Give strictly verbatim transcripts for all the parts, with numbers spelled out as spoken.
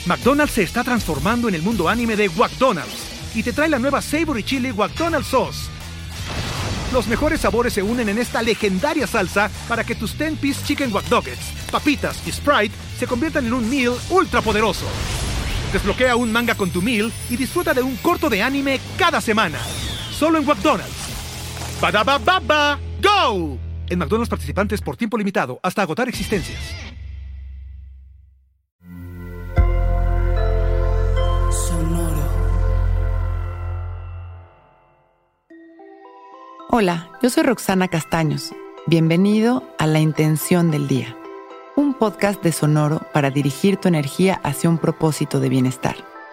McDonald's se está transformando en el mundo anime de McDonald's y te trae la nueva Savory Chili McDonald's Sauce. Los mejores sabores se unen en esta legendaria salsa para que tus ten-piece chicken wack nuggets, papitas y Sprite se conviertan en un meal ultra poderoso. Desbloquea un manga con tu meal y disfruta de un corto de anime cada semana. Solo en McDonald's. ¡Badaba baba! ¡Go! En McDonald's participantes por tiempo limitado hasta agotar existencias. Hola, yo soy Roxana Castaños. Bienvenido a La Intención del Día, un podcast de Sonoro para dirigir tu energía hacia un propósito de bienestar.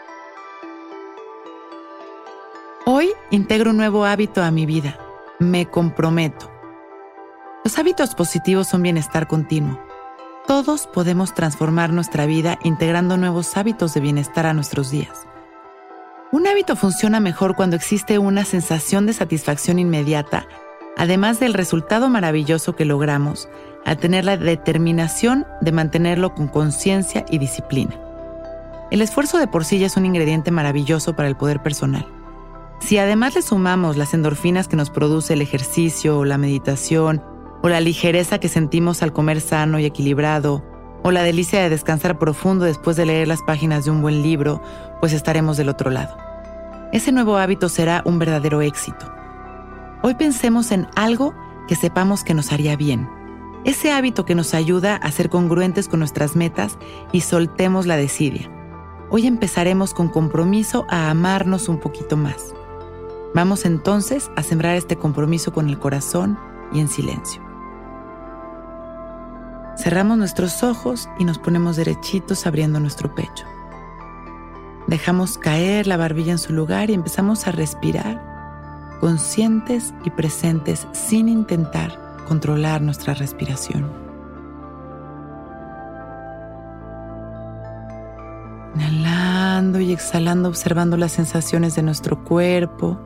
Hoy integro un nuevo hábito a mi vida. Me comprometo. Los hábitos positivos son bienestar continuo. Todos podemos transformar nuestra vida integrando nuevos hábitos de bienestar a nuestros días. Un hábito funciona mejor cuando existe una sensación de satisfacción inmediata, además del resultado maravilloso que logramos al tener la determinación de mantenerlo con conciencia y disciplina. El esfuerzo de por sí ya es un ingrediente maravilloso para el poder personal. Si además le sumamos las endorfinas que nos produce el ejercicio o la meditación, o la ligereza que sentimos al comer sano y equilibrado, o la delicia de descansar profundo después de leer las páginas de un buen libro, pues estaremos del otro lado. Ese nuevo hábito será un verdadero éxito. Hoy pensemos en algo que sepamos que nos haría bien. Ese hábito que nos ayuda a ser congruentes con nuestras metas y soltemos la desidia. Hoy empezaremos con compromiso a amarnos un poquito más. Vamos entonces a sembrar este compromiso con el corazón y en silencio. Cerramos nuestros ojos y nos ponemos derechitos abriendo nuestro pecho. Dejamos caer la barbilla en su lugar y empezamos a respirar, conscientes y presentes sin intentar controlar nuestra respiración. Inhalando y exhalando, observando las sensaciones de nuestro cuerpo,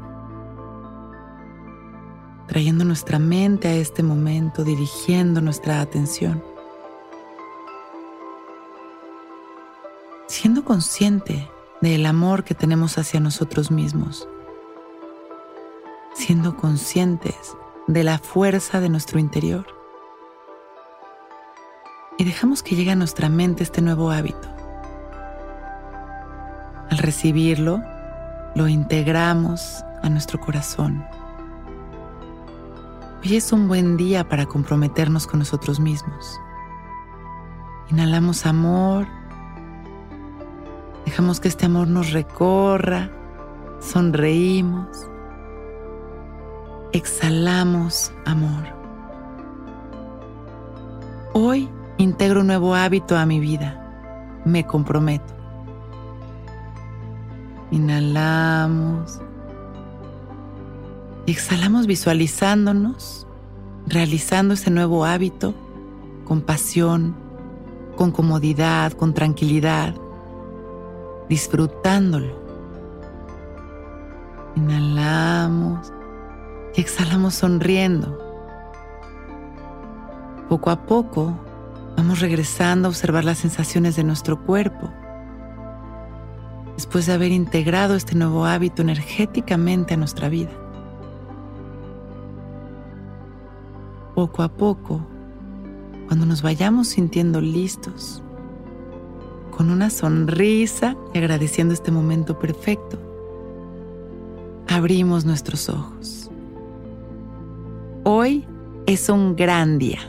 trayendo nuestra mente a este momento, dirigiendo nuestra atención. Siendo consciente del amor que tenemos hacia nosotros mismos, siendo conscientes de la fuerza de nuestro interior. Y dejamos que llegue a nuestra mente este nuevo hábito. Al recibirlo, lo integramos a nuestro corazón. Hoy es un buen día para comprometernos con nosotros mismos. Inhalamos amor. Dejamos que este amor nos recorra, sonreímos, exhalamos amor. Hoy integro un nuevo hábito a mi vida, me comprometo. Inhalamos y exhalamos visualizándonos, realizando ese nuevo hábito con pasión, con comodidad, con tranquilidad, disfrutándolo. Inhalamos y exhalamos sonriendo. Poco a poco vamos regresando a observar las sensaciones de nuestro cuerpo. Después de haber integrado este nuevo hábito energéticamente a nuestra vida. Poco a poco, cuando nos vayamos sintiendo listos, con una sonrisa y agradeciendo este momento perfecto, abrimos nuestros ojos. Hoy es un gran día.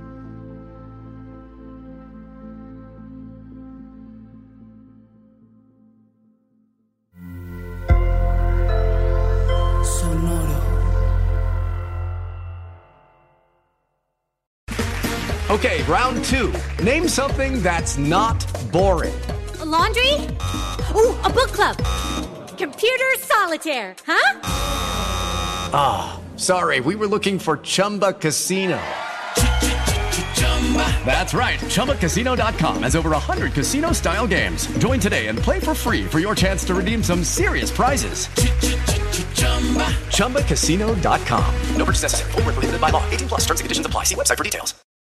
Sonoro. Okay, round two. Name something that's not boring. A laundry? Ooh, a book club. Computer solitaire, huh? Ah, oh, sorry, we were looking for Chumba Casino. That's right, Chumba Casino dot com has over one hundred casino-style games. Join today and play for free for your chance to redeem some serious prizes. Chumba Casino dot com. No purchase necessary. Void where prohibited by law. eighteen plus terms and conditions apply. See website for details.